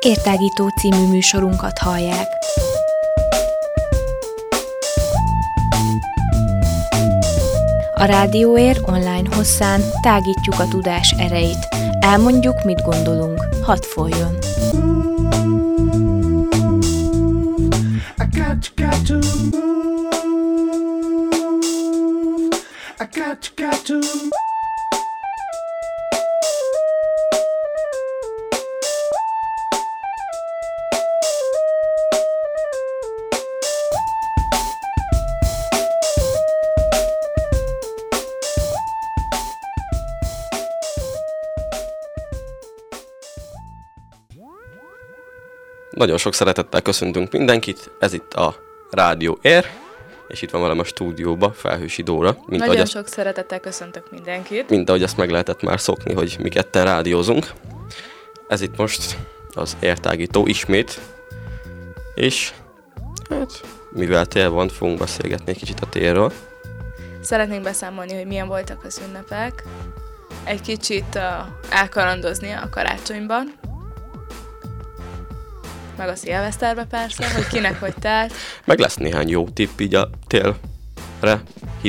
Értágító című műsorunkat hallják. A Rádióér online hosszán tágítjuk a tudás erejét. Elmondjuk, mit gondolunk. Hadd folyjon! Nagyon sok szeretettel köszöntünk mindenkit, ez itt a Rádióér, és itt van velem a stúdióba Felhősi Dóra. Sok szeretettel köszöntök mindenkit. Mint ahogy azt meg lehetett már szokni, hogy mi ketten rádiózunk. Ez itt most az Értágító ismét, és hát mivel tél van, fogunk beszélgetni egy kicsit a télről. Szeretnénk beszámolni, hogy milyen voltak az ünnepek, egy kicsit elkalandozni a karácsonyban, meg a szilveszterbe persze, hogy kinek hogy telt. Meg lesz néhány jó tipp így a télre,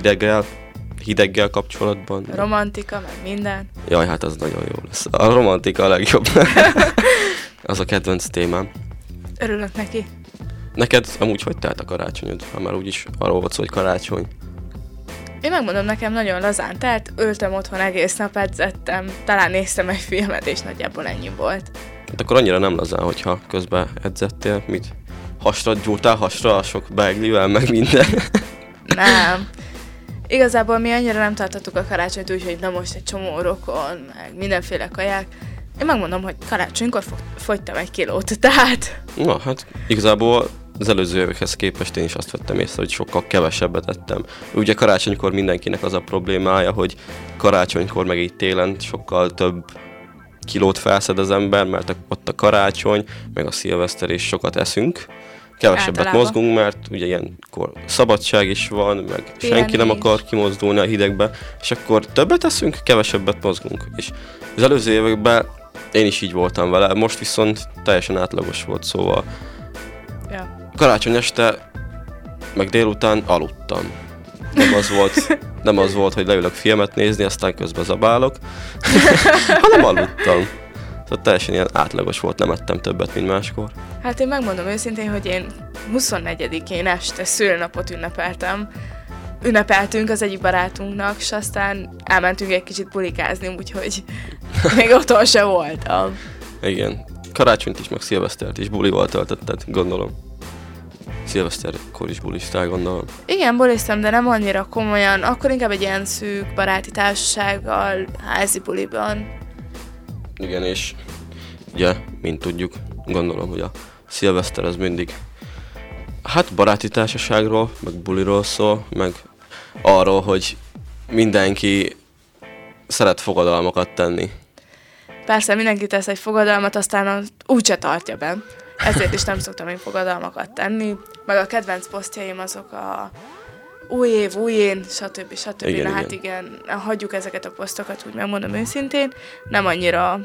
hideggel kapcsolatban. Romantika, meg minden. Jaj, hát az nagyon jó lesz. A romantika a legjobb. Az a kedvenc témám. Örülök neki. Neked amúgy hogy telt a karácsonyod? Ha már úgyis arról volt szó, hogy karácsony. Én megmondom, nekem nagyon lazán telt, ültem otthon egész nap, edzettem, talán néztem egy filmet, és nagyjából ennyi volt. Hát akkor annyira nem lazán, hogyha közben edzettél, mit? Hasra gyúrtál hasra, sok beglivel, meg minden. Nem. Igazából mi annyira nem tartottuk a karácsonyt úgy, hogy na most egy csomó rokon, meg mindenféle kaják. Én megmondom, hogy karácsonykor fogytam 1 kilót, tehát... Na, hát igazából az előző évekhez képest én is azt vettem észre, hogy sokkal kevesebbet ettem. Ugye karácsonykor mindenkinek az a problémája, hogy karácsonykor meg így télen sokkal több kilót felszed az ember, mert ott a karácsony, meg a szilveszter, és sokat eszünk. Kevesebbet általában mozgunk, mert ugye ilyenkor szabadság is van, meg télen senki nem is akar kimozdulni a hidegbe, és akkor többet eszünk, kevesebbet mozgunk. És az előző években én is így voltam vele, most viszont teljesen átlagos volt, szóval karácsony este, meg délután aludtam. Nem az volt, hogy leülök filmet nézni, aztán közben zabálok, hanem aludtam. Szóval teljesen ilyen átlagos volt, nem ettem többet, mint máskor. Hát én megmondom őszintén, hogy én 24-én este szülőnapot ünnepeltünk az egyik barátunknak, és aztán elmentünk egy kicsit bulikázni, úgyhogy még otthon se voltam. Igen, karácsonyt is, meg szilvesztert is bulival töltötted, gondolom. Szilveszterkor is buliztál, gondolom. Igen, buliztam, de nem annyira komolyan. Akkor inkább egy ilyen szűk baráti társasággal, házi buliban. Igen, és ugye, mint tudjuk, gondolom, hogy a szilveszter az mindig hát baráti társaságról, meg buliról szól, meg arról, hogy mindenki szeret fogadalmakat tenni. Persze, mindenki tesz egy fogadalmat, aztán úgyse tartja be. Ezért is nem szoktam én fogadalmakat tenni. Meg a kedvenc posztjaim azok a új év, új én, stb. Igen, Na hát igen, hagyjuk ezeket a posztokat, úgy megmondom őszintén. Nem annyira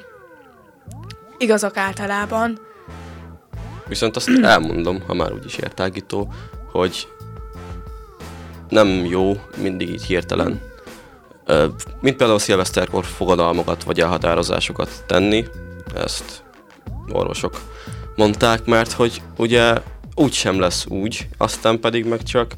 igazak általában. Viszont azt elmondom, ha már úgyis értágító, hogy nem jó mindig így hirtelen, mint például szilveszterkor fogadalmakat vagy elhatározásokat tenni. Ezt orvosok mondták, mert hogy ugye úgy sem lesz úgy, aztán pedig meg csak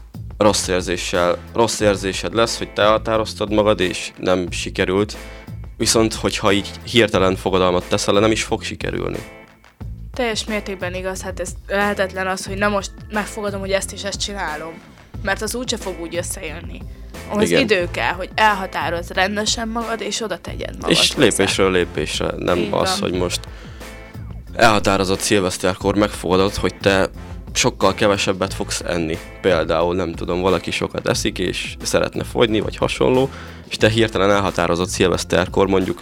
rossz érzésed lesz, hogy te elhatároztad magad, és nem sikerült. Viszont, hogyha így hirtelen fogadalmat teszel, nem is fog sikerülni. Teljes mértékben igaz, hát ez lehetetlen az, hogy na most megfogadom, hogy ezt és ezt csinálom. Mert az úgyse fog úgy összejönni. Az idő kell, hogy elhatározz rendesen magad, és oda tegyed magad. És hozzá. Lépésről lépésre, nem így az, van. hogy most elhatározott szilveszterkor megfogadod, hogy te sokkal kevesebbet fogsz enni. Például, nem tudom, valaki sokat eszik, és szeretne fogyni, vagy hasonló, és te hirtelen elhatározott szilveszterkor mondjuk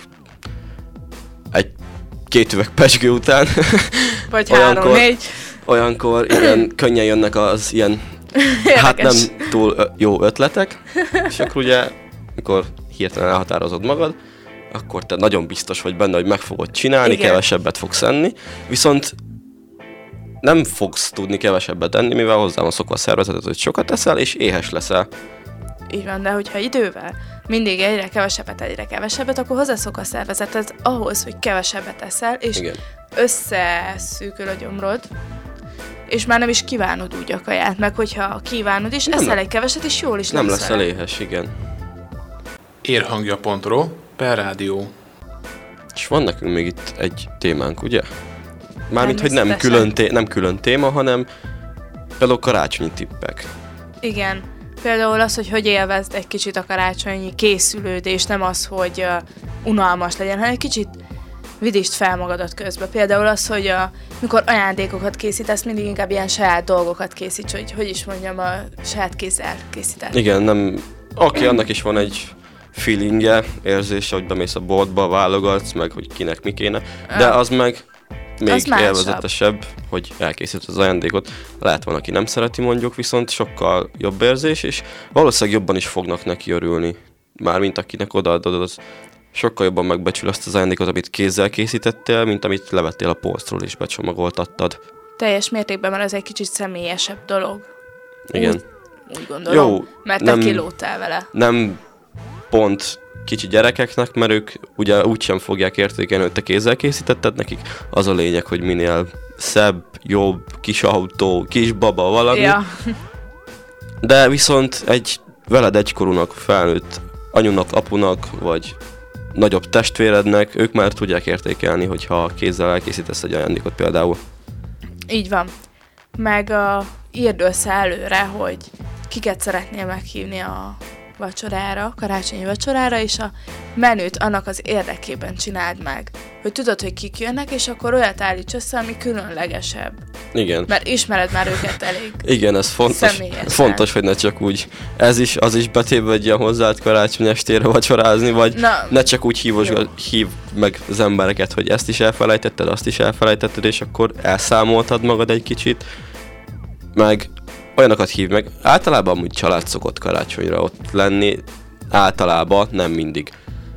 2 üveg pezsgő után. Vagy 3-4. Olyankor igen, könnyen jönnek az ilyen, hát nem túl jó ötletek, és akkor ugye, mikor hirtelen elhatározod magad, akkor te nagyon biztos vagy benne, hogy meg fogod csinálni, igen, kevesebbet fogsz enni, viszont nem fogsz tudni kevesebbet enni, mivel hozzá van szokva a szervezeted, hogy sokat eszel, és éhes leszel. Így van, de hogyha idővel mindig egyre kevesebbet, akkor hozzászok a szervezeted ahhoz, hogy kevesebbet eszel, és igen, összeszűkül a gyomrod, és már nem is kívánod úgy a kaját, meg hogyha kívánod is, eszel egy keveset, és jól is nem leszel éhes, igen. Érhangja.ro/rádió. És van nekünk még itt egy témánk, ugye? Mármint, hogy nem külön téma, hanem például karácsonyi tippek. Igen. Például az, hogy élvezd egy kicsit a karácsonyi készülődést, nem az, hogy unalmas legyen, hanem egy kicsit vidítsd fel magadat közben. Például az, hogy mikor ajándékokat készítesz, mindig inkább ilyen saját dolgokat készíts, hogy is mondjam, a saját kézzel készített. Igen, nem... Annak is van egy feelingje, érzése, hogy bemész a boltba, válogatsz, meg hogy kinek mi kéne, de az meg még élvezetesebb, hogy elkészített az ajándékot. Lehet van, aki nem szereti mondjuk, viszont sokkal jobb érzés, és valószínűleg jobban is fognak neki örülni. Mármint akinek odaadod, az sokkal jobban megbecsül azt az ajándékot, amit kézzel készítettél, mint amit levettél a polcról és becsomagoltattad. Teljes mértékben, mert ez egy kicsit személyesebb dolog. Igen. Úgy gondolom, jó, mert te kilóttál vele. Nem pont kicsi gyerekeknek, mert ők ugye úgysem fogják értékelni, hogy te kézzel készítetted nekik. Az a lényeg, hogy minél szebb, jobb, kis autó, kis baba, valami. Ja. De viszont veled egykorúnak felnőtt anyunak, apunak, vagy nagyobb testvérednek, ők már tudják értékelni, hogyha kézzel elkészítesz egy ajándékot például. Így van. Meg írd össze előre, hogy kiket szeretnél meghívni a vacsorára, karácsonyi vacsorára, és a menüt annak az érdekében csináld meg. Hogy tudod, hogy kik jönnek, és akkor olyat állíts össze, ami különlegesebb. Igen. Mert ismered már őket elég. Igen, ez fontos, hogy ne csak úgy az is betévedjen hozzád karácsony estére vacsorázni, vagy ne csak úgy hív meg az embereket, hogy ezt is elfelejtetted, azt is elfelejtetted, és akkor elszámoltad magad egy kicsit, meg olyanokat hív meg. Általában amúgy család szokott karácsonyra ott lenni, általában, nem mindig.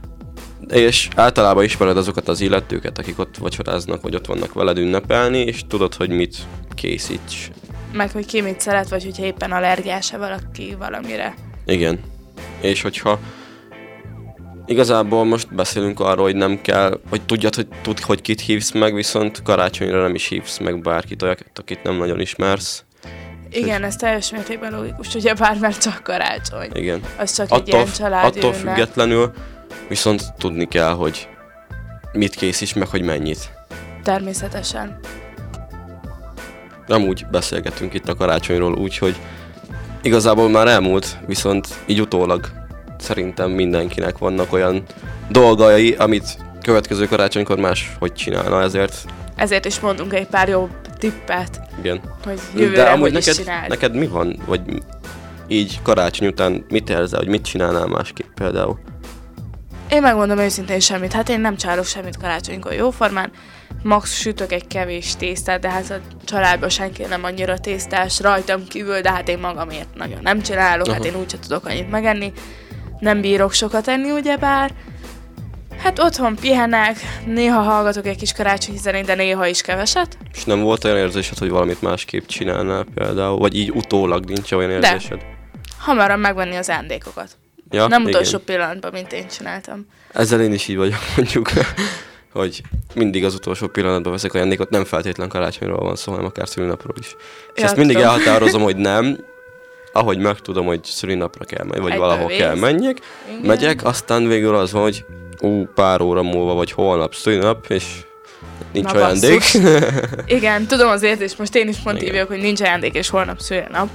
És általában ismered azokat az illetőket, akik ott vacsoráznak, vagy ott vannak veled ünnepelni, és tudod, hogy mit készíts. Meg, hogy ki mit szeret, vagy hogyha éppen allergiás-e valaki valamire. Igen. És hogyha igazából most beszélünk arról, hogy nem kell, hogy tudd, hogy kit hívsz meg, viszont karácsonyra nem is hívsz meg bárkit, akit nem nagyon ismersz. Igen, ez teljes mértékben logikus, ugye mert csak karácsony. Igen. Az csak egy ilyen családi attól függetlenül viszont tudni kell, hogy mit készíts meg, hogy mennyit. Természetesen. Nem úgy beszélgetünk itt a karácsonyról, úgyhogy igazából már elmúlt, viszont így utólag szerintem mindenkinek vannak olyan dolgai, amit következő karácsonykor máshogy csinálna, ezért is mondunk egy pár jobb tippet. Igen. Hogy jövőre hogy is csináld. Neked mi van, vagy így karácsony után mit érzel, hogy mit csinálnál másképp például? Én megmondom őszintén semmit. Hát én nem csinálok semmit karácsonykor jóformán. Max sütök egy kevés tésztát, de hát a családban senki nem annyira tésztás rajtam kívül, de hát én magamért nagyon nem csinálok, hát én úgyse tudok annyit megenni. Nem bírok sokat enni, ugyebár. Hát otthon pihenek, néha hallgatok egy kis karácsonyi zenét, de néha is keveset. És nem volt olyan érzésed, hogy valamit másképp csinálnál például? Vagy így utólag nincs olyan érzésed? De hamarabb megvenni az ajándékokat. Ja, nem utolsó pillanatban, mint én csináltam. Ezzel én is így vagyok, mondjuk, hogy mindig az utolsó pillanatban veszek ajándékot, nem feltétlen karácsonyról van szó, hanem akár szülinapról is. És ezt mindig elhatározom, hogy nem, ahogy megtudom, hogy szülinapra kell menni, vagy valahol kell menjek, megyek, aztán végül az van, hogy pár óra múlva, vagy holnap szülinap, és nincs ajándék. Igen, tudom az érzést, most én is pont így vagyok, hogy nincs ajándék, és holnap szülinap.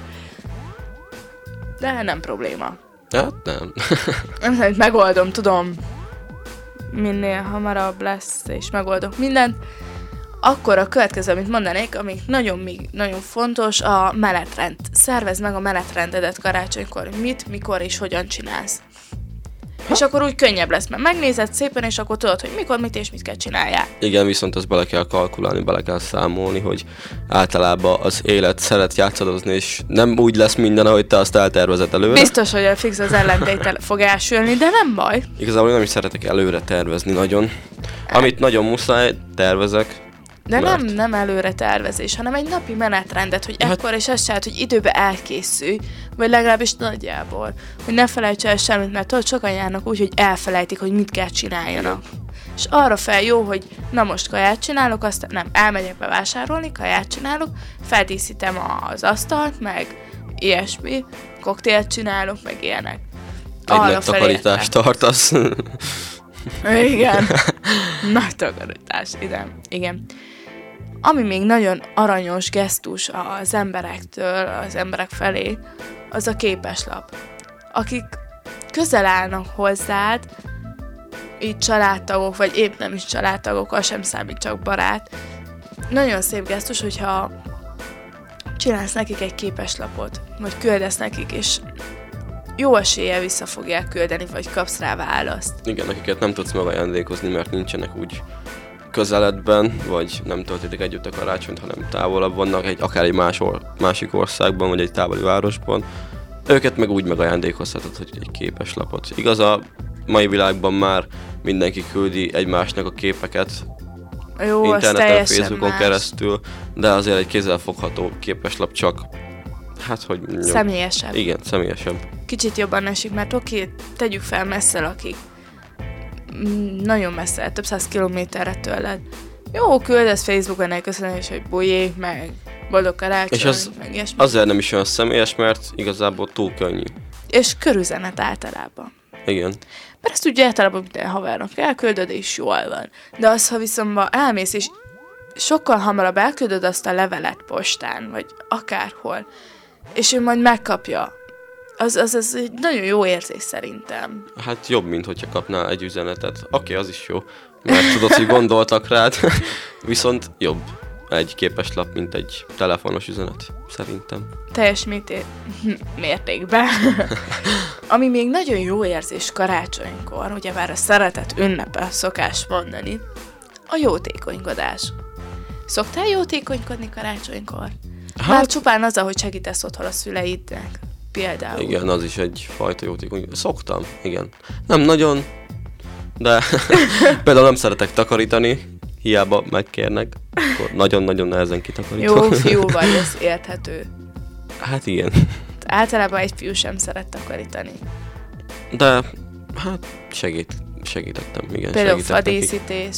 De nem probléma. Hát nem. Nem tudom, megoldom, tudom. Minél hamarabb lesz, és megoldok mindent. Akkor a következő, amit mondanék, ami nagyon fontos, a menetrend. Szervezd meg a menetrendedet karácsonykor. Mit, mikor és hogyan csinálsz. És akkor úgy könnyebb lesz, mert megnézed szépen, és akkor tudod, hogy mikor, mit és mit kell csinálják. Igen, viszont ezt bele kell kalkulálni, bele kell számolni, hogy általában az élet szeret játszadozni, és nem úgy lesz minden, ahogy te azt eltervezed előre. Biztos, hogy a fix az ellentétel fog elsülni, de nem baj. Igazából nem is szeretek előre tervezni nagyon. Amit nagyon muszáj, tervezek. De nem előre tervezés, hanem egy napi menetrendet, hogy ekkor és ezt csináld, hogy időbe elkészülj, vagy legalábbis nagyjából. Hogy ne felejts el semmit, mert tudod, sokan járnak úgy, hogy elfelejtik, hogy mit kell csináljanak. És arra fel jó, hogy na most kaját csinálok, aztán nem, elmegyek bevásárolni, kaját csinálok, feldíszítem az asztalt, meg ilyesmi, koktélt csinálok, meg ilyenek. Egy nagy takarítást tartasz. Igen. Nagy takarítás, igen. Ami még nagyon aranyos gesztus az emberektől, az emberek felé, az a képeslap. Akik közel állnak hozzád, így családtagok, vagy épp nem is családtagok, az sem számít, csak barát. Nagyon szép gesztus, hogyha csinálsz nekik egy képeslapot, vagy küldesz nekik, és jó eséllyel vissza fogják küldeni, vagy kapsz rá választ. Igen, akiket nem tudsz megajándékozni, mert nincsenek úgy közeledben, vagy nem töltitek együtt a karácsonyt, hanem távolabb vannak, akár egy másik országban, vagy egy távoli városban. Őket meg úgy megajándékozhatod, hogy egy képeslapot. Igaz, a mai világban már mindenki küldi egymásnak a képeket jó, interneten, Facebookon keresztül, de azért egy kézzelfogható képeslap csak, hát hogy... Személyesebb. Igen, személyesebb. Kicsit jobban esik, mert oké, tegyük fel messze lakik. Nagyon messze, több 100 kilométerre tőled. Jó, küldesz Facebookon egy köszönés, hogy bujjék, meg boldog karácsony, és az meg ilyesmi. Azért nem is olyan személyes, mert igazából túl könnyű. És körüzenet általában. Igen. Mert ezt ugye általában minden havernak elküldöd, és jól van. De az, ha viszont elmész, és sokkal hamarabb elküldöd azt a levelet postán, vagy akárhol, és ő majd megkapja, az egy nagyon jó érzés szerintem. Hát jobb, mint hogyha kapnál egy üzenetet. Oké, az is jó, mert tudod, hogy gondoltak rád, viszont jobb egy képeslap, mint egy telefonos üzenet, szerintem. Teljes mértékben. Ami még nagyon jó érzés karácsonykor, ugyebár a szeretet ünnepe szokás mondani, a jótékonykodás. Szoktál jótékonykodni karácsonykor? Hát, már csupán az, ahogy segítesz otthon a szüleidnek, például. Igen, az is egyfajta jótékonykodás. Szoktam, igen. Nem nagyon, de például nem szeretek takarítani, hiába megkérnek, akkor nagyon-nagyon nehezen kitakarítom. Jó fiú vagy, ez érthető. Hát igen. Általában egy fiú sem szeret takarítani. De, hát segítettem, igen. Például fadíszítés.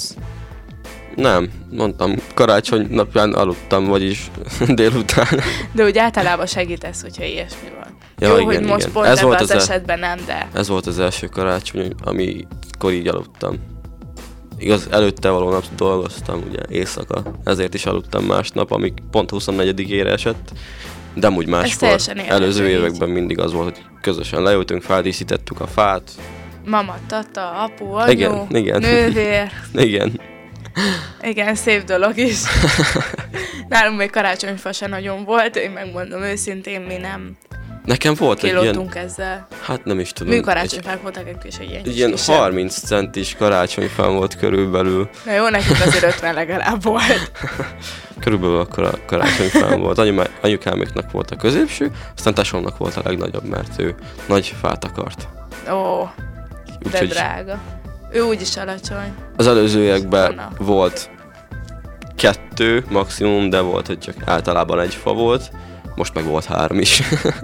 Nem, mondtam, karácsony napján aludtam, vagyis délután. De úgy általában segítesz, hogyha ilyesmi van. Ja, jó, igen, hogy most igen. pont ebben az esetben nem, de... Ez volt az első karácsony, amikor így aludtam. Igaz, előtte való nap dolgoztam, ugye, éjszaka. Ezért is aludtam másnap, amíg pont 24-ére esett. De amúgy máskor, előző években mindig az volt, hogy közösen leültünk, feldíszítettük a fát. Mama, tata, apu, anyu, igen. nővér. Igen. Igen, szép dolog is. Nálunk még karácsonyfa se nagyon volt, én megmondom őszintén, mi nem nekem volt egy ilyen... ezzel. Hát nem is tudom. Mi karácsonyfák voltak, és egy ilyen 30 centis karácsonyfám volt körülbelül. Na jó, nekünk azért 50 legalább volt. Körülbelül akkor a karácsonyfám volt. Anyukáméknak volt a középső, aztán tesómnak volt a legnagyobb, mert ő nagy fát akart. Ó, de drága. Ő úgyis alacsony. Az előző években volt 2 maximum, de volt, hogy csak általában 1 fa volt. Most meg volt 3 is.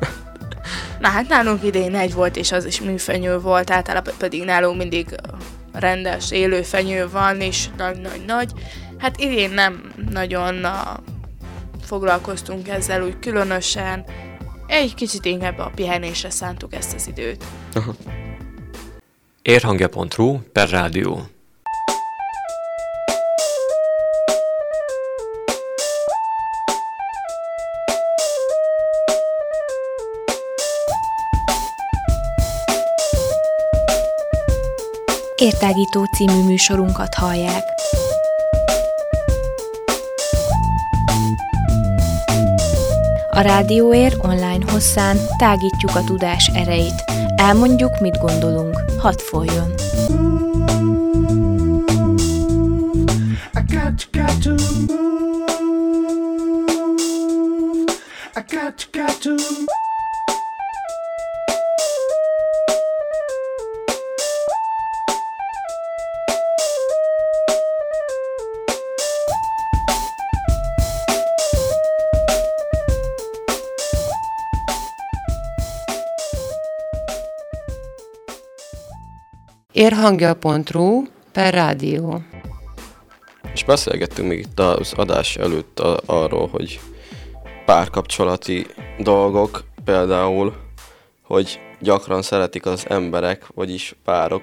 Na hát nálunk idén 1 volt, és az is műfenyő volt, általában pedig nálunk mindig rendes élő fenyő van, és nagy-nagy-nagy. Hát idén nem nagyon foglalkoztunk ezzel úgy különösen. Egy kicsit inkább a pihenésre szántuk ezt az időt. Aha. Érhangja.ru/rádió. Értágító című műsorunkat hallják. A Rádióér online hosszán tágítjuk a tudás erejét. Elmondjuk, mit gondolunk. Hadd folyjon! Érhangja.ru per rádió. És beszélgettünk még itt az adás előtt arról, hogy párkapcsolati dolgok, például, hogy gyakran szeretik az emberek, vagyis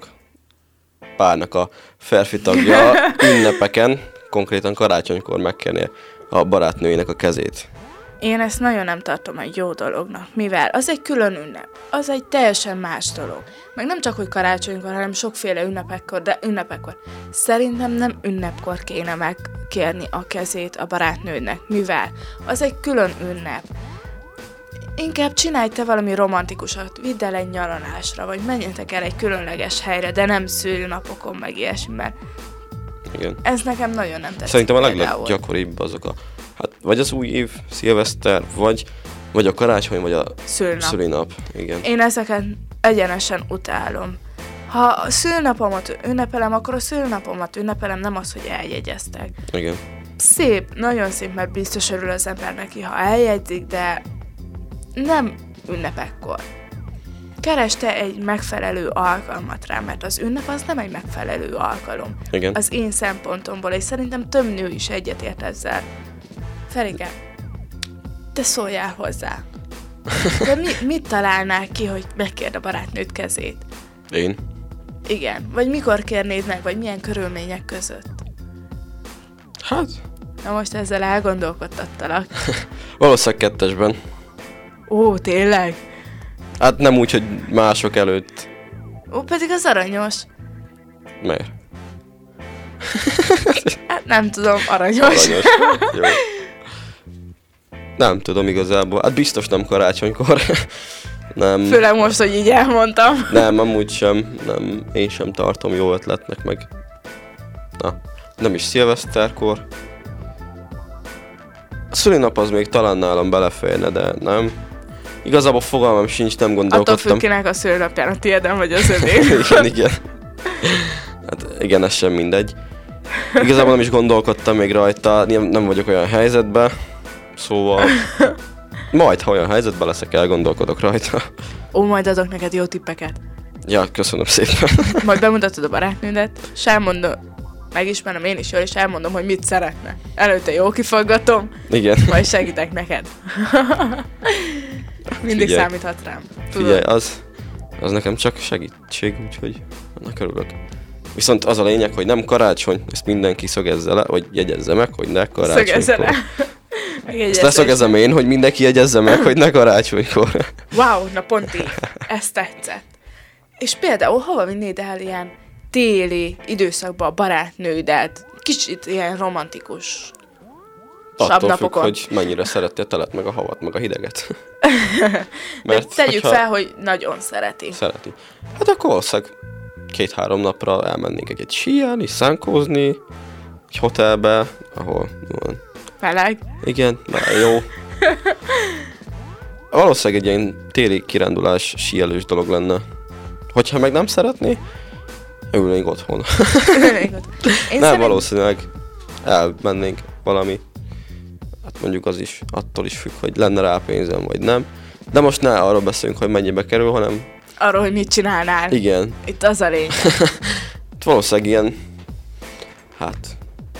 párnak a férfi tagja ünnepeken, konkrétan karácsonykor megkérni a barátnőjének a kezét. Én ezt nagyon nem tartom egy jó dolognak, mivel az egy külön ünnep, az egy teljesen más dolog. Meg nem csak, hogy karácsonykor, hanem sokféle ünnepekkor, de ünnepekkor. Szerintem nem ünnepkor kéne megkérni a kezét a barátnődnek, mivel az egy külön ünnep. Inkább csinálj te valami romantikusat, vidd el egy nyaralásra, vagy menjetek el egy különleges helyre, de nem szülőnapokon, meg ilyesmi, mert igen. Ez nekem nagyon nem tetszik. Szerintem a leggyakoribb azok hát vagy az új év, szilveszter, vagy a karácsony, vagy a szülinap. Igen. Én ezeket egyenesen utálom. Ha a szülinapomat ünnepelem, akkor a szülinapomat ünnepelem, nem az, hogy eljegyeztek. Igen. Szép, nagyon szép, mert biztos örül az ember neki, ha eljegyzik, de nem ünnepekkor. Keresd te egy megfelelő alkalmat rá, mert az ünnep az nem egy megfelelő alkalom. Igen. Az én szempontomból, és szerintem több nő is egyetért ezzel. Ferike, te szóljál hozzá. De mit találnál ki, hogy megkérd a barátnőd kezét? Én? Igen. Vagy mikor kérnéd meg, vagy milyen körülmények között? Hát... Na most ezzel elgondolkodtattalak. Valószínűleg 2-esben. Ó, tényleg? Hát nem úgy, hogy mások előtt. Ó, pedig az aranyos. Miért? Hát nem tudom, aranyos. Aranyos. Jó. Nem tudom igazából. Hát biztos nem karácsonykor. Nem. Főleg most, hogy így elmondtam. Nem, amúgy sem. Nem, én sem tartom jó ötletnek meg. Na, nem is szilveszterkor. A szülinap az még talán nálam beleférne, de nem. Igazából fogalmam sincs, nem gondolkodtam. Attól függ, kinek a szülinapján, a tiéden vagy az övé. igen. Hát igen, ez sem mindegy. Igazából nem is gondolkodtam még rajta, nem vagyok olyan helyzetben. Szóval majd, ha olyan helyzetben leszek, elgondolkodok rajta. Ó, majd adok neked jó tippeket. Ja, köszönöm szépen. Majd bemutatod a barátnődet, és elmondom, megismerem én is jól, és elmondom, hogy mit szeretne. Előtte jól kifaggatom, igen. Majd segítek neked. Mindig figyelj. Számíthat rám. Tudod? Figyelj, az nekem csak segítség, úgyhogy annak örülök. Viszont az a lényeg, hogy nem karácsony, ezt mindenki szögezze le, vagy jegyezze meg, hogy ne karácsonykor. Szögezze le. Ezt leszögezem én, hogy mindenki jegyezze meg, hogy ne karácsonykor. Wow, na pont így. Ez tetszett. És például hova vinnéd el ilyen téli időszakba a barátnődet? Kicsit ilyen romantikus Attól függ, hogy mennyire szereti a telet, meg a havat, meg a hideget. Mert tegyük fel, hogy nagyon szereti. Szereti. Hát akkor valószínűleg 2-3 napra elmennénk egy síelni, szánkózni, egy hotelbe, ahol van. Meleg. Igen, jó. Valószínűleg egy ilyen téli kirándulás, síelős dolog lenne. Hogyha meg nem szeretné, ülnénk otthon. Nem, valószínűleg elmennénk valami. Hát mondjuk az is, attól is függ, hogy lenne rá pénzem, vagy nem. De most ne arról beszélünk, hogy mennyibe kerül, hanem... Arról, hogy mit csinálnál. Igen. Itt az a lényeg. Valószínűleg ilyen... Hát...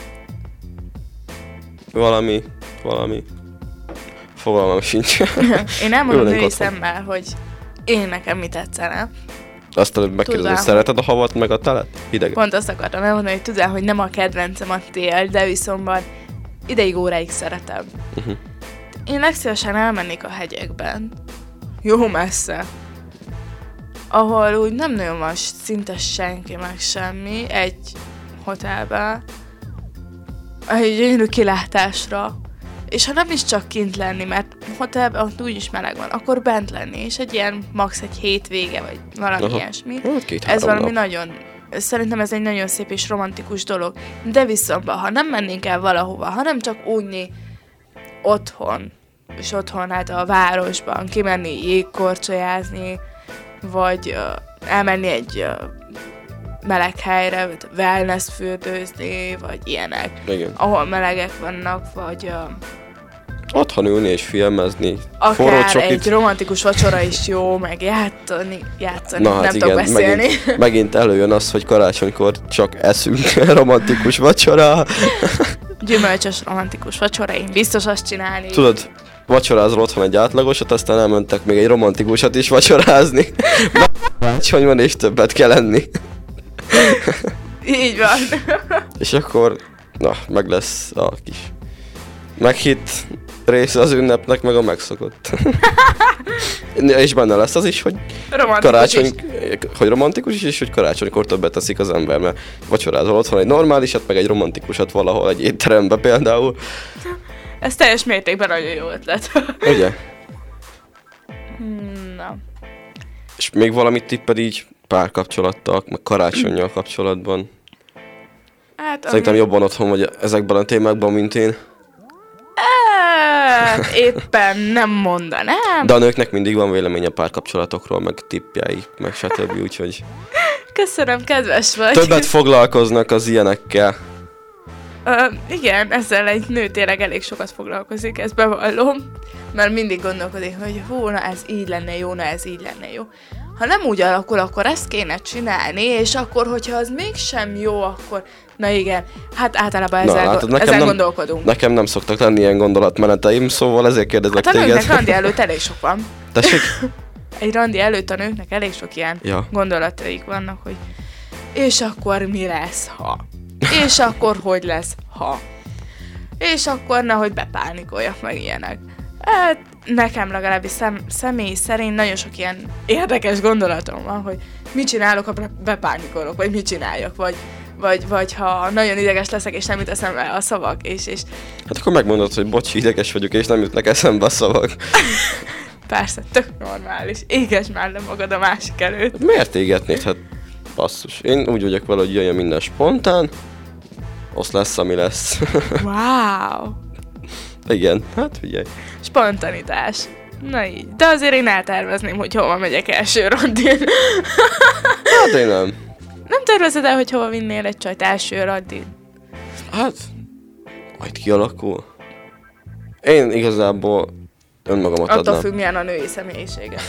Valami... Fogalmam sincs. Én elmondom női szemmel, hogy én nekem mit tetszene. Azt előbb megkérdezem, hogy szereted a havat meg a telet? Hideget? Pont azt akartam elmondani, hogy tudod, hogy nem a kedvencem a tél, de viszont ideig óráig szeretem. Én legszívesen elmennék a hegyekben. Jó messze. Ahol úgy nem nagyon van szinte senki, meg semmi. Egy hotelben. Egy gyönyörű kilátásra. És ha nem is csak kint lenni, mert hotelben ott úgyis meleg van, akkor bent lenni, és egy ilyen max. Egy hétvége, vagy valami ilyesmi. Ez valami nagyon, szerintem ez egy nagyon szép és romantikus dolog. De viszont, ha nem mennénk el valahova, hanem csak úgy otthon, és otthon hát a városban kimenni jégkorcsolyázni, vagy elmenni egy meleg helyre, vagy wellness fürdőzni, vagy ilyenek. Igen. Ahol melegek vannak, vagy otthon ülni és filmezni. Akár egy romantikus vacsora is jó, meg játszani, na, hát nem tudok beszélni. Megint előjön az, hogy karácsonykor csak eszünk romantikus vacsora. Gyümölcsös romantikus vacsora, én biztos azt csinálni. Tudod, vacsorázol otthon egy átlagosat, aztán elmentek még egy romantikusat is vacsorázni. Karácsony van és többet kell enni. Így van. És akkor, meg lesz a kis meghitt része az ünnepnek, meg a megszokott. És benne lesz az is, hogy romantikus is, és hogy karácsonykor többet teszik az ember, mert vacsorázol otthon egy normálisat, meg egy romantikusat valahol egy étterembe például. Ez teljes mértékben nagyon jó ötlet. Ugye? Na. És még valamit tipped így párkapcsolattal, meg karácsonnyal kapcsolatban? Hát, szerintem jobban otthon vagy ezekben a témákban, mint én. Éppen nem mondanám. De a nőknek mindig van véleménye párkapcsolatokról, meg tippjei, meg stb. Úgyhogy... Köszönöm, kedves vagy. Többet foglalkoznak az ilyenekkel. Igen, ezzel egy nő tényleg elég sokat foglalkozik, ezt bevallom. Mert mindig gondolkodik, hogy na ez így lenne jó, na ez így lenne jó. Ha nem úgy alakul, akkor ezt kéne csinálni, és akkor, hogyha az mégsem jó, akkor... Na igen, hát általában ezen gondolkodunk. Nekem nem szoktak lenni ilyen gondolatmeneteim, szóval ezért kérdezlek téged. A nőknek randi előtt elég sok van. Tessék? Egy randi előtt a nőknek elég sok ilyen gondolataik vannak, hogy és akkor mi lesz, ha? És akkor hogy lesz, ha? És akkor nehogy bepánikoljak meg ilyenek. Hát nekem legalábbis személy szerint nagyon sok ilyen érdekes gondolatom van, hogy mit csinálok, ha bepánikolok, vagy mit csináljak, vagy ha nagyon ideges leszek, és nem jut eszembe a szavak, és... Hát akkor megmondod, hogy bocsi, ideges vagyok, és nem jutnak eszembe a szavak. Persze, tök normális. Éges már le magad a másik előtt. Miért égetnéd? Hát basszus. Én úgy vagyok vele, hogy jöjjön minden spontán, az lesz, ami lesz. Wow! Igen, hát figyelj. Spontanitás. Na így. De azért én eltervezném, hogy hova megyek első randin. Hát én nem. Nem tervezed el, hogy hova vinnél egy csajt első randin? Hát, majd kialakul. Én igazából önmagamat adnám. Attól függ, milyen a női személyisége.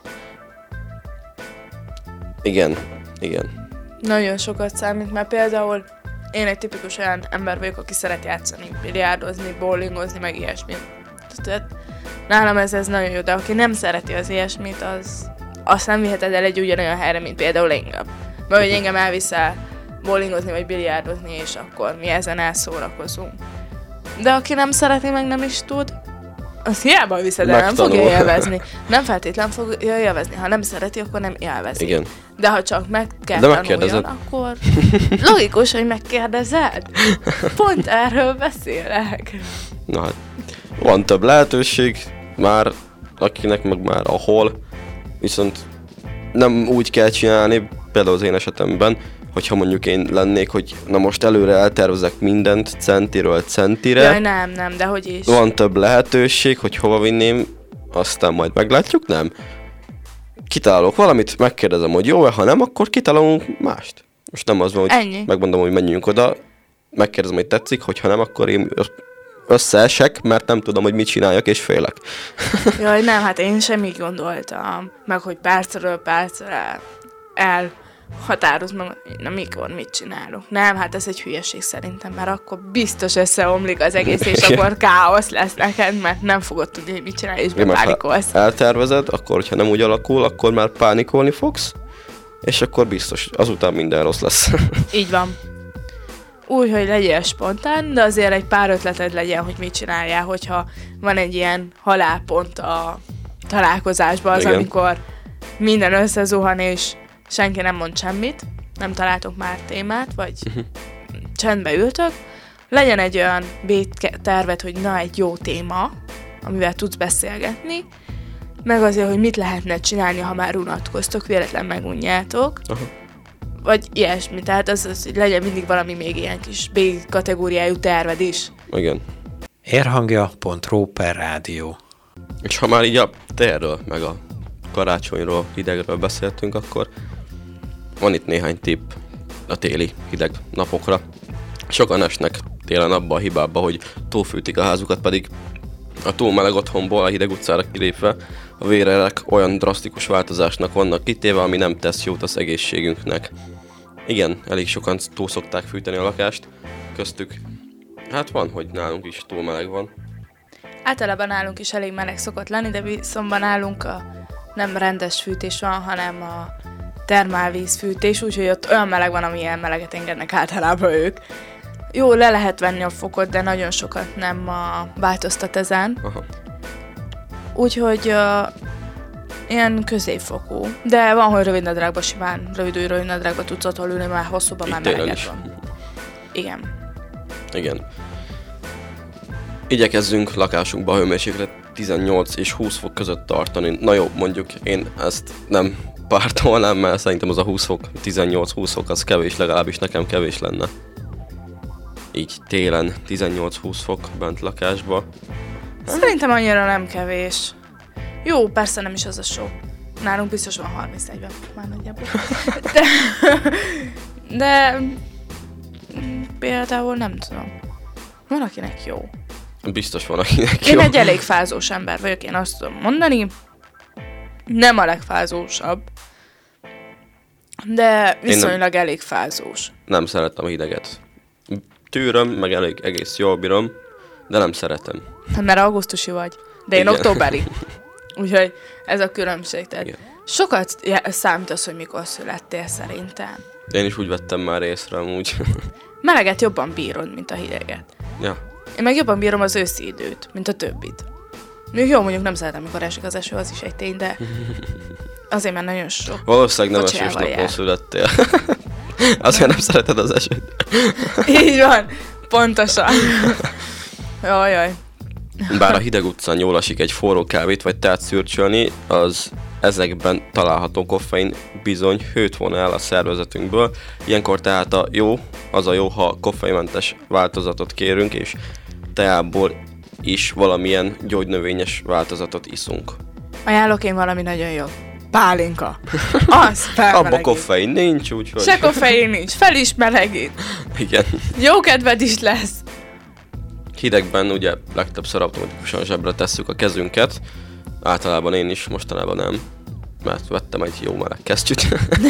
Igen. Nagyon sokat számít, mert például én egy tipikus olyan ember vagyok, aki szeret játszani, biliárdozni, bowlingozni, meg ilyesmit. Tehát nálam ez nagyon jó, de aki nem szereti az ilyesmit, azt nem viheted el egy ugyanolyan helyre, mint például engem. Mert hogy engem elviszel bowlingozni, vagy biliárdozni, és akkor mi ezen elszórakozunk. De aki nem szereti, meg nem is tud, az hiába viszed el, nem fogja élvezni. Nem feltétlen fogja élvezni. Ha nem szereti, akkor nem élvezi. Igen. De ha csak meg kell tanuljon, akkor logikus, hogy megkérdezed. Pont erről beszélek. Na hát, van több lehetőség, már akinek meg már ahol, viszont nem úgy kell csinálni, például az én esetemben, hogyha mondjuk én lennék, hogy na most előre eltervezek mindent centiről centire. Jaj, nem, de hogy is. Van több lehetőség, hogy hova vinném, aztán majd meglátjuk, nem? Kitalálok valamit, megkérdezem, hogy jó-e, ha nem, akkor kitalálunk mást. Most nem az van, hogy ennyi. Megmondom, hogy menjünk oda, megkérdezem, hogy tetszik, hogyha nem, akkor én összeesek, mert nem tudom, hogy mit csináljak, és félek. Jaj, nem, hát én sem így gondoltam. Meg, hogy percről percre elhatároz meg, na mikor mit csinálok. Nem, hát ez egy hülyeség szerintem, mert akkor biztos összeomlik az egész, és akkor káosz lesz neked, mert nem fogod tudni, hogy mit csinálj, és bepánikolsz. Ha eltervezed, akkor, hogyha nem úgy alakul, akkor már pánikolni fogsz, és akkor biztos, azután minden rossz lesz. Így van. Úgy, hogy legyél spontán, de azért egy pár ötleted legyen, hogy mit csináljál, hogyha van egy ilyen halálpont a találkozásban, az, amikor minden összezuhan, és senki nem mond semmit, nem találtok már témát, vagy csendbe ültök, legyen egy olyan B-terved, hogy na, egy jó téma, amivel tudsz beszélgetni, meg azért, hogy mit lehetne csinálni, ha már unatkoztok, véletlen megunjátok. Aha. Vagy ilyesmi, tehát az, hogy legyen mindig valami még ilyen kis B-kategóriájú terved is. Igen. Érhangja.ro/rádió. És ha már így a térről, meg a karácsonyról, hidegről beszéltünk, akkor van itt néhány tipp a téli hideg napokra. Sokan esnek télen abba a hibába, hogy túlfűtik a házukat, pedig a túl meleg otthonból a hideg utcára kilépve a vérelek olyan drasztikus változásnak vannak kitéve, ami nem tesz jót az egészségünknek. Igen, elég sokan túl szokták fűteni a lakást, köztük hát van, hogy nálunk is túl meleg van. Általában nálunk is elég meleg szokott lenni, de viszont nálunk nem rendes fűtés van, hanem a termálvízfűtés, úgyhogy ott olyan meleg van, amilyen meleget engednek általában ők. Jó, le lehet venni a fokot, de nagyon sokat nem változtat ezen. Aha. Úgyhogy ilyen középfokú. De van, hogy rövidnadrágban simán, rövidnadrágban tudsz otthon ülni, mert hosszúban már meleget van. Igen. Igyekezzünk lakásunkba a hőmérséklet 18 és 20 fok között tartani. Na jó, mondjuk én ezt nem pártolnám, mert szerintem az a 20 fok, 18-20 fok az kevés, legalábbis nekem kevés lenne. Így télen 18-20 fok bent lakásba. Szerintem annyira nem kevés. Jó, persze nem is az a sok. Nálunk biztos van 30-40 fok már nagyjából. De például nem tudom. Van, akinek jó. Biztos van, akinek jó. Én egy elég fázós ember vagyok, én azt tudom mondani. Nem a legfázósabb, de viszonylag elég fázós. Nem szeretem a hideget. Tűröm, meg egész jól bírom, de nem szeretem. Mert augusztusi vagy, de én októberi. Úgyhogy ez a különbség. Tehát sokat számít az, hogy mikor születtél szerintem. Én is úgy vettem már észre amúgy. Meleget jobban bírod, mint a hideget. Ja. Én meg jobban bírom az őszi időt, mint a többit. Mondjuk nem szeretem, mikor esik az eső, az is egy tény, de azért már nagyon sok. Valószínűleg nem esős napon születtél. Azért nem szereted az esőt. Így van, pontosan. Jaj. Bár a hideg utcán jól esik egy forró kávét vagy teát szürcsölni, az ezekben található koffein bizony hőt von el a szervezetünkből. Ilyenkor tehát az a jó, ha koffeinmentes változatot kérünk, és teából is valamilyen gyógynövényes változatot iszunk. Ajánlok én valami nagyon jó. Pálinka. Az felmelegít. Abba koffein nincs, úgyhogy... Se koffein nincs, fel is melegít. Igen. Jó kedved is lesz. Hidegben ugye legtöbbször automatikusan zsebre tesszük a kezünket. Általában én is, mostanában nem. Mert vettem egy jó meleg kesztyűt.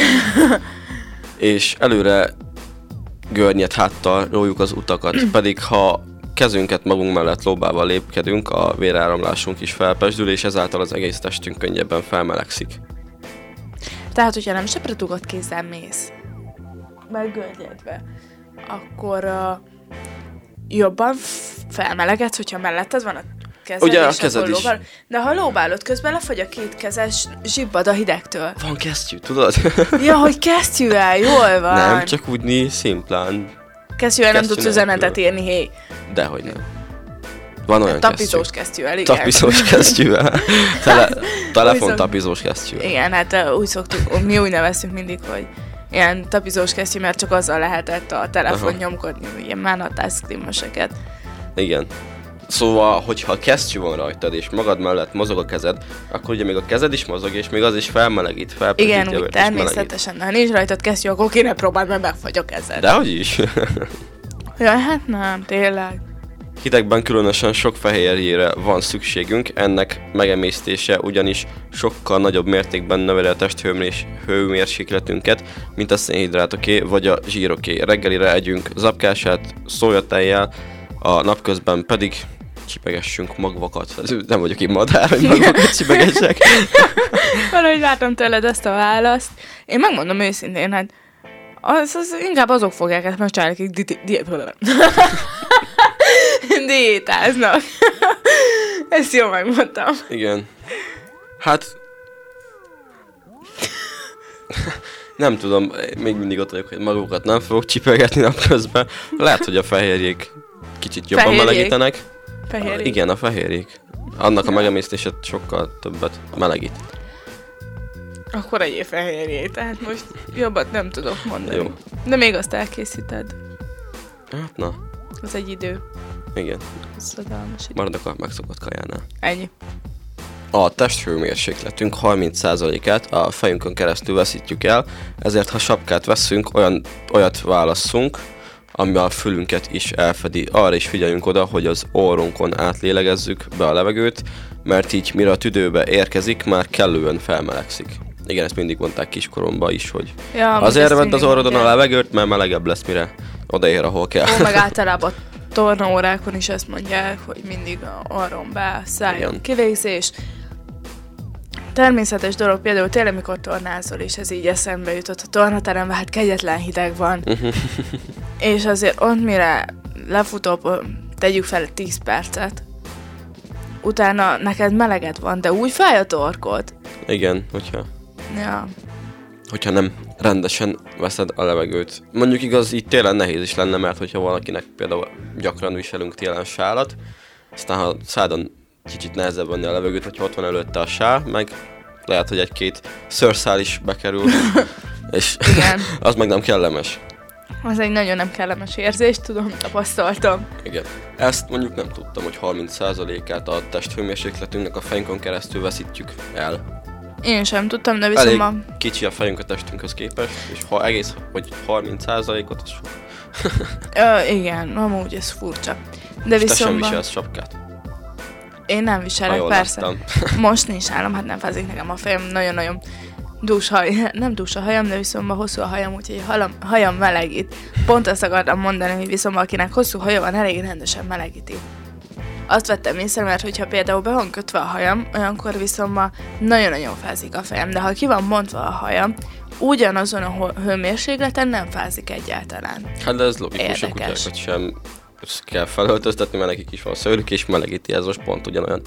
És előre görnyed háttal rójuk az utakat. Pedig ha kezünket magunk mellett lóbával lépkedünk, a véráramlásunk is felpesdül, és ezáltal az egész testünk könnyebben felmelegszik. Tehát, hogyha nem sepretugott kézzel mész, meggörnyedve, akkor jobban felmelegedsz, hogyha melletted van a kezed, ugye, és a kezed is. De ha lóbálod közben, lefagy a két kezes, zsibbad a hidegtől. Van kesztyű, tudod? Ja, hogy kesztyűvel, jól van. Nem, csak úgy szimplán. Kesztyűvel nem tudsz üzenetet írni, hé. Dehogy nem. Van olyan tapizós kesztyűvel, igen. Tapizós kesztyűvel. Telefontapizós kesztyűvel. Igen, hát úgy szoktuk, mi úgy nevezzük mindig, hogy ilyen tapizós kesztyű, mert csak azzal lehetett a telefon nyomkodni, ilyen mánhatáscreameseket. Igen. Szóval, hogyha kesztyű van rajtad, és magad mellett mozog a kezed, akkor ugye még a kezed is mozog, és még az is felmelegít, igen, úgy természetesen. Ha nincs rajtad kesztyű, akkor kéne próbáld, mert megfagy a kezed. Dehogy is. Ja, hát nem, tényleg. Hidegben különösen sok fehérjére van szükségünk, ennek megemésztése ugyanis sokkal nagyobb mértékben növeli a testhőmérsékletünket, mint a szénhidrátoké vagy a zsíroké. Reggelire együnk zapkását szójatejjel, a napközben pedig csipegessünk magvakat. Nem vagyok én madár, hogy magvakat csipegessek. Valahogy látom tőled ezt a választ. Én megmondom őszintén, hát az inkább azok fogják ezt megcsinálni, akik diétáznak. Ezt jól megmondtam. Igen. Hát... nem tudom, még mindig ott vagyok, hogy magukat nem fogok csipegetni napközben. Lehet, hogy a fehérjék kicsit jobban melegítenek. Fehérjék. Igen, a fehérjék. Annak a megemésztése sokkal többet melegít. Akkor egyéb fehérjét, tehát most jobbat nem tudok mondani. Jó. De még azt elkészíted. Hát na. Az egy idő. Igen. Szadalmas idő. Maradok a megszokott kajánál. Ennyi. A testhőmérsékletünk 30%-át a fejünkön keresztül veszítjük el, ezért ha sapkát veszünk, olyat válasszunk, ami a fülünket is elfedi. Arra is figyeljünk oda, hogy az orrunkon átlélegezzük be a levegőt, mert így mire a tüdőbe érkezik, már kellően felmelegszik. Igen, ezt mindig mondták kiskoromban is, hogy azért vedd az orrodon a levegőt, mert melegebb lesz, mire odaér, ahol kell. Meg általában tornaórákon is ezt mondják, hogy mindig orron be, szálljon kivégzés. Természetes dolog, például tényleg mikor tornázol, és ez így eszembe jutott, a tornateremben hát kegyetlen hideg van. És azért ott mire lefutóbb, tegyük fel 10 percet, utána neked meleged van, de úgy fáj a torkod. Igen, hogyha nem rendesen veszed a levegőt. Mondjuk igaz, így télen nehéz is lenne, mert hogyha valakinek például gyakran viselünk télen sálat, aztán ha szádon kicsit nehezebb venni a levegőt, hogyha ott van előtte a sál, meg lehet, hogy egy-két szőrszál is bekerül, és az meg nem kellemes. Az egy nagyon nem kellemes érzés, tudom, tapasztaltam. Igen. Ezt mondjuk nem tudtam, hogy 30%-át a testhőmérsékletünknek a fejünkön keresztül veszítjük el. Én sem tudtam, de viszont elég kicsi a fejünk a testünkhöz képest, és ha egész, vagy 30%-ot, az sok. Igen, amúgy ez furcsa. De és te sem viselsz sapkát? Én nem viselek, persze. Most nincs állam, hát nem fázik nekem a fejem, nagyon-nagyon dús haj, nem dús a hajam, de viszont hosszú a hajam, úgyhogy a hajam melegít. Pont azt akartam mondani, hogy viszont akinek hosszú haja van, elég rendesen melegíti. Azt vettem észre, mert hogyha például be van kötve a hajam, olyankor viszont nagyon-nagyon fázik a fejem, de ha ki van mondva a hajam, ugyanazon a hőmérsékleten nem fázik egyáltalán. Hát de ez logikus, a kutyákat sem kell felöltöztetni, mert nekik is van szőrük, és melegíti, ez most pont ugyanolyan.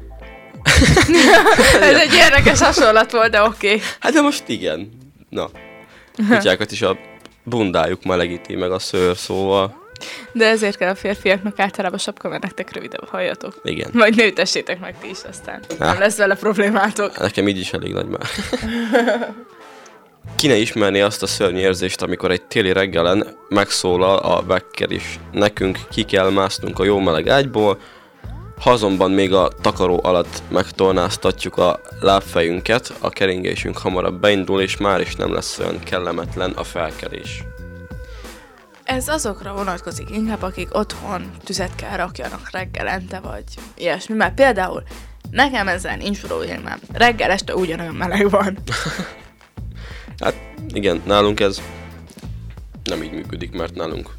Ez egy érdekes hasonlat volt, de oké. Hát de most igen. Na, kutyákat is a bundájuk melegíti, meg a szőr, szóval. De ezért kell a férfiaknak általában sapka, mert nektek rövidebb hajatok. Igen. Majd nőtessétek meg ti is, aztán nem lesz vele problémátok. Nekem így is elég nagy már. Ki ne ismerné azt a szörnyű érzést, amikor egy téli reggelen megszólal a wekker is. Nekünk ki kell másznunk a jó meleg ágyból, ha azonban még a takaró alatt megtornáztatjuk a lábfejünket, a keringésünk hamarabb beindul, és már is nem lesz olyan kellemetlen a felkelés. Ez azokra vonatkozik inkább, akik otthon tüzet kell rakjanak reggelente, vagy ilyesmi. Mert például nekem ezzel nincs problémám. Reggel este ugyanolyan meleg van. Hát igen, nálunk ez nem így működik, mert nálunk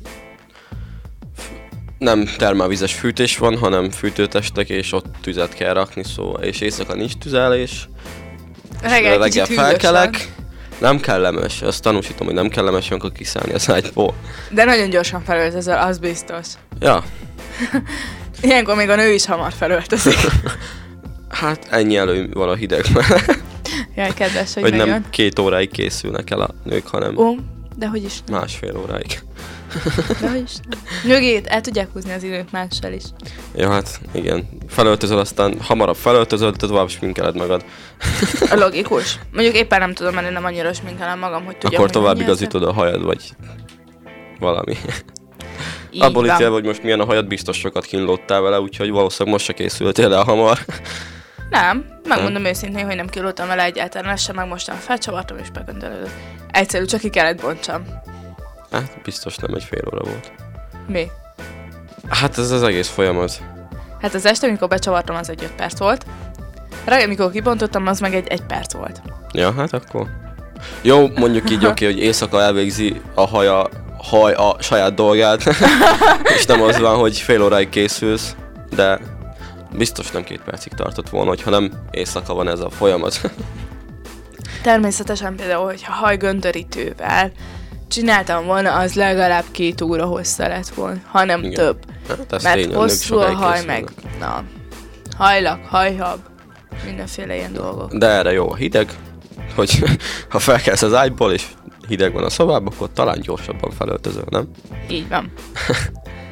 nem termálvizes fűtés van, hanem fűtőtestek, és ott tüzet kell rakni, szóval, és éjszaka nincs tüzelés. Reggel felkelek. Nem kellemes, azt tanúsítom, hogy nem kellemes, amikor kiszállni az ágyból. De nagyon gyorsan felöltözöl, az biztos. Ja. Ilyenkor még a nő is hamar felöltözik. Hát ennyi elő van a hideg mellett. Jaj, kedves, hogy nem 2 óráig készülnek el a nők, hanem de hogy is nem. 1,5 óráig. De hogy is nem. Nyögét, el tudják húzni az időt mással is. Ja, hát igen. Felöltözöl, aztán hamarabb felöltözöl, te tovább sminkeled magad. Logikus. Mondjuk éppen nem tudom, mert én nem annyira sminkelem magam, hogy tudjam, akkor tovább igazítod a hajad, vagy valami. Abból ítélve, hogy most milyen a hajad, biztos sokat kínlódtál vele, úgyhogy valószínűleg most se készültél el hamar. Nem, megmondom őszintén, hogy nem kínlódtam vele egyáltalán, ezt sem, meg mostan felcsavartam és begöndölődött. Egyszerű, csak ki kellett bontsam. Hát biztos nem 1,5 óra volt. Mi? Hát ez az egész folyamat. Hát az este, amikor becsavartam, az egy 5 perc volt. Reggel, amikor kibontottam, az meg egy 1 perc volt. Ja, hát akkor. Jó, mondjuk így oké, hogy éjszaka elvégzi a haj a saját dolgát, és nem az van, hogy fél óráig készülsz, de biztos nem 2 percig tartott volna, hogyha nem éjszaka van ez a folyamat. Természetesen például, hogyha hajgöndörítővel csináltam volna, az legalább 2 óra hossza lett volna, hanem igen. Több. Hát mert hosszú a haj, meg hajlak, hajhab, mindenféle ilyen dolgok. De erre jó a hideg, hogy ha felkelsz az ágyból, és hideg van a szobában, akkor talán gyorsabban felöltözöl, nem? Így van.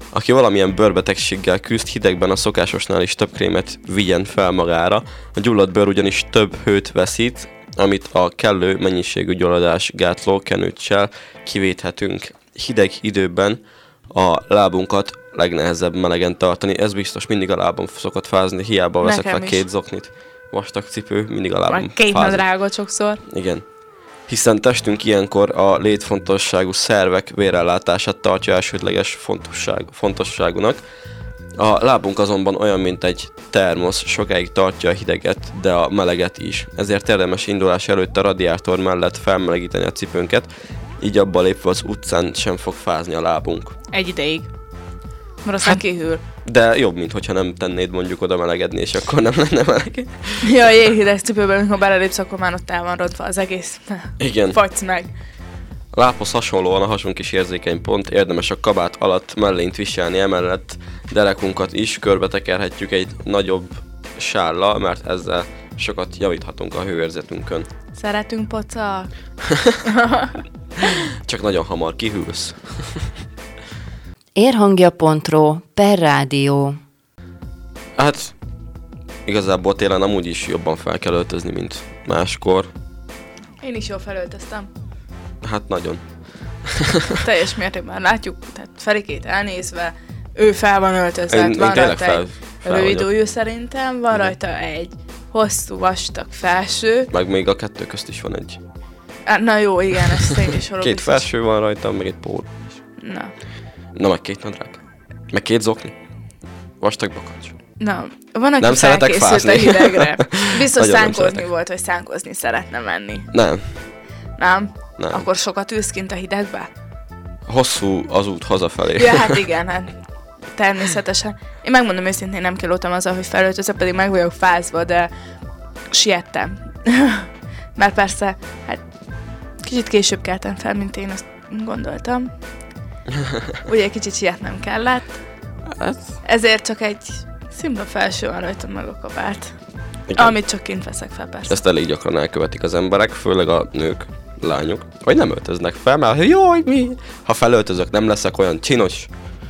Aki valamilyen bőrbetegséggel küzd, hidegben a szokásosnál is több krémet vigyen fel magára. A gyulladt bőr ugyanis több hőt veszít, amit a kellő mennyiségű gyulladás gátló kenőccsel kivéthetünk. Hideg időben a lábunkat legnehezebb melegen tartani. Ez biztos, mindig a lábam szokott fázni, hiába veszek fel 2 zoknit. Vastag cipő, mindig a lábam fázik. 2 nadrágot sokszor. Igen. Hiszen testünk ilyenkor a létfontosságú szervek vérellátását tartja elsődleges fontosságúnak. A lábunk azonban olyan, mint egy termosz, sokáig tartja a hideget, de a meleget is. Ezért érdemes indulás előtt a radiátor mellett felmelegíteni a cipőnket, így abba lépve az utcán sem fog fázni a lábunk. Egy ideig. Mert aztán kihűl. De jobb, mint hogyha nem tennéd mondjuk oda melegedni, és akkor nem lenne meleg. Ja, a jéghideg cipőben, amikor belelépsz, akkor már ott el van rontva az egész. Igen. Fagysz meg. A lábhoz hasonlóan a hasunk is érzékeny pont, érdemes a kabát alatt mellényt viselni, emellett derekunkat is körbe tekerhetjük egy nagyobb sállal, mert ezzel sokat javíthatunk a hőérzetünkön. Szeretünk pocak? Csak nagyon hamar kihűlsz. Érhangja.ro per rádió. Hát igazából télen amúgy is jobban fel kell öltözni, mint máskor. Én is jól felöltöztem. Hát nagyon. Teljes mértékben látjuk, tehát Ferikét elnézve, ő fel van öltözve, van rajta egy rövid ujjú szerintem, van rajta egy hosszú, vastag felső. Meg még a 2 közt is van egy. Na jó, igen, ez szép sorol. 2 felső van rajta, meg egy póló. Na, meg 2 nadrág. Meg 2 zokni. Vastag bakancs. Na, van, aki nem szeretek fázni. A hidegre. Biztos szánkozni volt, hogy szánkozni szeretne menni. Nem. Nem? Akkor sokat ülsz kint a hidegbe? Hosszú az út hazafelé. Ja, hát igen, hát természetesen. Én megmondom őszintén, nem kilótam azzal, hogy felöltözök, pedig meg vagyok fázva, de siettem. Mert persze, hát kicsit később keltem fel, mint én azt gondoltam. Ugye egy kicsit sietnem kellett. Ezért csak egy szimpla felső van rajtam meg a kabát. Igen. Amit csak kint veszek fel, persze. Ezt elég gyakran elkövetik az emberek, főleg a nők, lányok, hogy nem öltöznek fel, mert jaj, mi? Ha felöltözök, nem leszek olyan csinos.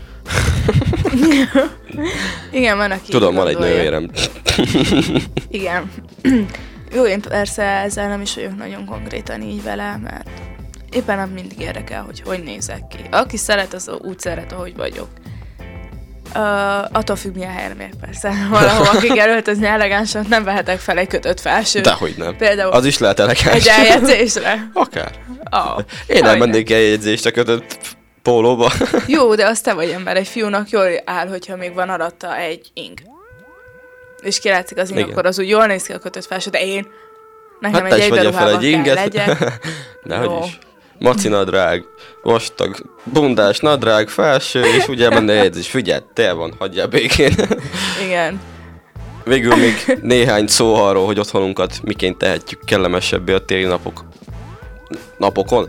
Igen, van, aki tudom, van egy nővérem. Igen. Jó, én persze ezzel nem is vagyok nagyon konkrétan így vele, mert éppen nem mindig érdekel, hogy nézek ki. Aki szeret, az úgy szeret, ahogy vagyok. Attól függ, milyen helyen megyek, persze. Valahol, akik elöltözni elegánsan, nem vehetek fel egy kötött felsőt. Dehogy nem. Például az is lehet elegáns. Egy eljegyzésre. Akár. Én elmennék eljegyzést a kötött pólóba. Jó, de azt te vagy ember. Egy fiúnak jól áll, hogyha még van alatta egy ing. És kilátszik az ing, akkor az úgy jól néz ki a kötött felső, de én nekem hát egy egyberuhában kell legyek. Dehogy is. Maci nadrág, vastag, bundás nadrág, felső, és ugye benne jegyzés. Figyelj, tél van, hagyjál békén. Igen. Végül még néhány szó arról, hogy otthonunkat miként tehetjük kellemesebbé a téli napokon.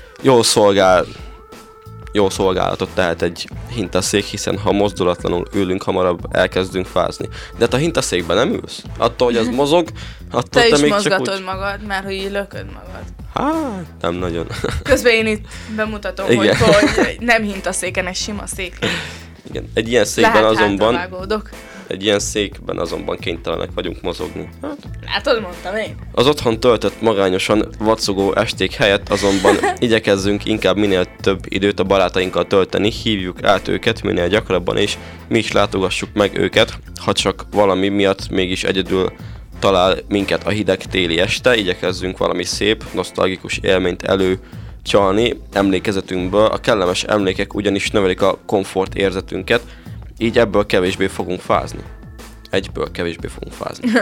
Jó szolgálatot tehet egy hintaszék, hiszen ha mozdulatlanul ülünk, hamarabb elkezdünk fázni. De hát a hintaszékben nem ülsz? Attól, hogy az mozog, attól te is még mozgatod csak úgy... magad, mert hogy így lököd magad. Hát, nem nagyon. Közben én itt bemutatom, hogy nem hintaszéken, egy sima szék. Igen, egy ilyen székben azonban kénytelenek vagyunk mozogni. Hát. Látod, mondtam én. Az otthon töltött magányosan vacogó esték helyett azonban igyekezzünk inkább minél több időt a barátainkkal tölteni, hívjuk át őket minél gyakrabban, és mi is látogassuk meg őket, ha csak valami miatt mégis egyedül talál minket a hideg téli este, igyekezzünk valami szép, nosztalgikus élményt előcsalni emlékezetünkből. A kellemes emlékek ugyanis növelik a komfort érzetünket, így ebből kevésbé fogunk fázni. Egyből kevésbé fogunk fázni.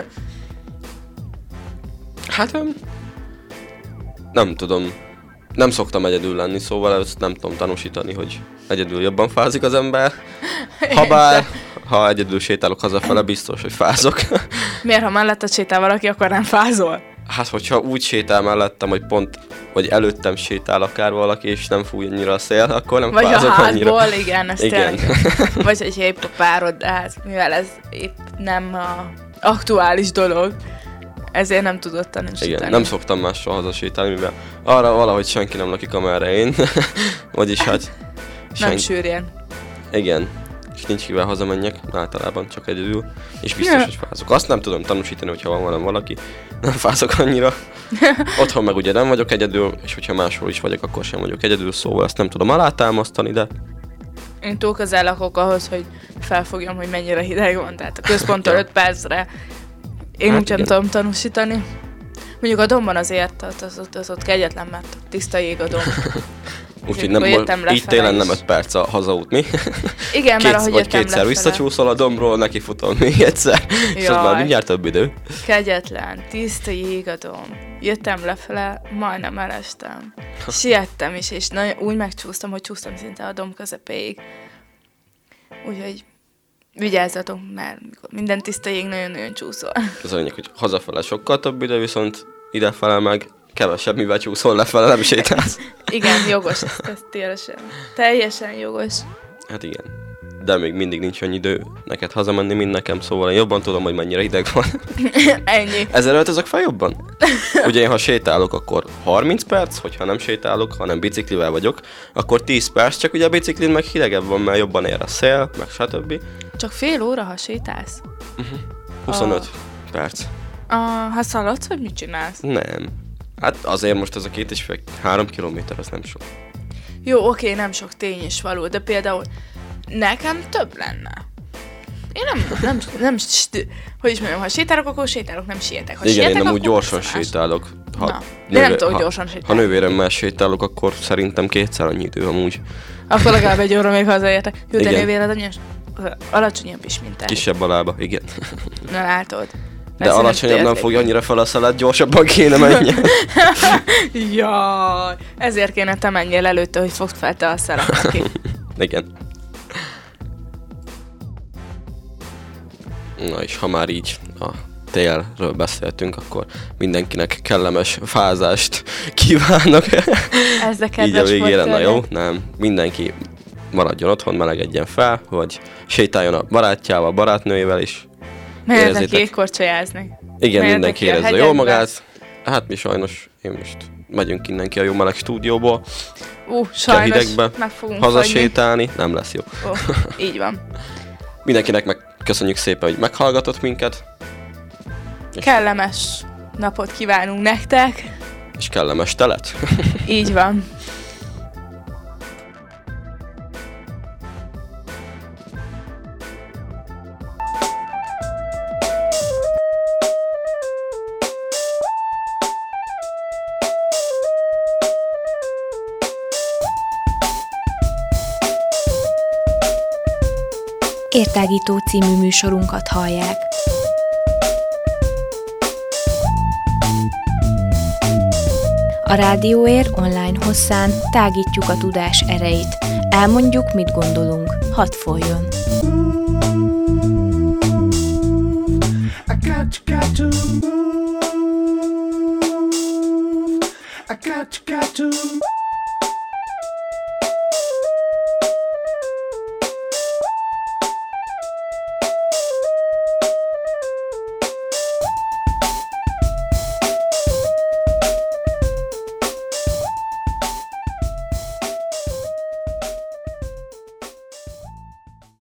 Hát nem tudom. Nem szoktam egyedül lenni, szóval ezt nem tudom tanúsítani, hogy egyedül jobban fázik az ember. Habár, ha egyedül sétálok hazafele, biztos, hogy fázok. Miért, ha melletted sétál valaki, akkor nem fázol? Hát, hogyha úgy sétál mellettem, hogy pont, vagy előttem sétál akár valaki, és nem fúj annyira a szél, akkor nem vagy fázok annyira. Vagy a hátból, igen, ez tényleg. Vagy hogyha épp a párod, de hát mivel ez épp nem aktuális dolog, ezért nem tudod tanúsítani. Igen, nem szoktam mással hazasétálni, mivel arra valahogy senki nem lakik, amerre én. Vagyis hát... Nem sűrűen. Igen. És nincs kivel hazamenjek, általában csak egyedül, és biztos, hogy fázok. Azt nem tudom tanúsítani, hogyha van velem valaki, nem fázok annyira. Otthon meg ugye nem vagyok egyedül, és hogyha máshol is vagyok, akkor sem vagyok egyedül, szóval ezt nem tudom alátámasztani, de... Én túl közel lakok ahhoz, hogy felfogjam, hogy mennyire hideg van, tehát a központtól 5 percre én hát úgy tudom tanúsítani. Mondjuk a domban azért, az ott kegyetlen, mert tiszta jég a domb. Úgyhogy nem, így télen nem 5 perc a hazaút, mi? Igen, mert ahogy jöttem kétszer visszacsúszol a dombról, neki futom még egyszer, és az már mindjárt több idő. Kegyetlen, tiszta jég a domb. Jöttem lefele, majdnem elestem. Siettem is, és úgy megcsúsztam, hogy csúsztam szinte a domb közepéig. Úgyhogy vigyázzatok, mert minden tiszta jég nagyon-nagyon csúszol. Az a lényeg, hogy hazafele sokkal több idő, viszont idefele meg kevesebb, mivel csúszol lefele, nem sétálsz. Igen, jogos, ez teljesen jogos. Hát igen, de még mindig nincs annyi idő neked hazamenni, mint nekem, szóval én jobban tudom, hogy mennyire hideg van. Ennyi. Ezzel öltözök fel jobban? Ugye én, ha sétálok, akkor 30 perc, hogyha nem sétálok, hanem biciklivel vagyok, akkor 10 perc, csak ugye a biciklin meg hidegebb van, mert jobban ér a szél, meg stb. Csak fél óra, ha sétálsz? 25 perc. Ha szaladsz, vagy mit csinálsz? Nem. Hát azért most ez a 2,5-3 kilométer, az nem sok. Jó, oké, nem sok, tény is való, de például nekem több lenne. Én nem hogy is mondjam, ha sétálok, akkor sétálok, nem sietek. Ha igen, sietek, én nem úgy akkor gyorsan sétálok. De nem tudok gyorsan sétálni. Ha nővéremmel sétálok, akkor szerintem 2-szer annyi idő amúgy. Akkor legalább 1 óra még hazaértek. Jó, de nővéred alacsonyabb is, mint te. Kisebb a lába, igen. Na látod. De alacsonyabb nem fogja annyira fel a szelet, gyorsabban kéne menjen. Jaj, ezért kéne te menjél előtte, hogy fogd fel te a szelet neki. Igen. Na és ha már így a télről beszéltünk, akkor mindenkinek kellemes fázást kívánok. Ez de kedves így a végére, na jó? Nem, mindenki maradjon otthon, melegedjen fel, vagy sétáljon a barátjával, barátnőjével is. Menjetek jégkorcsolyázni. Igen, mindenki érezze jól magát. Hát mi sajnos, én most megyünk innen ki a jó meleg stúdióból. Sajnos hidegbe meg fogunk hazasétálni, nem lesz jó. Így van. Mindenkinek megköszönjük szépen, hogy meghallgatott minket. Kellemes napot kívánunk nektek. És kellemes telet. Így van. Értágító című műsorunkat hallják. A Rádióér online hosszán tágítjuk a tudás erejét. Elmondjuk, mit gondolunk. Hadd folyjon! I got to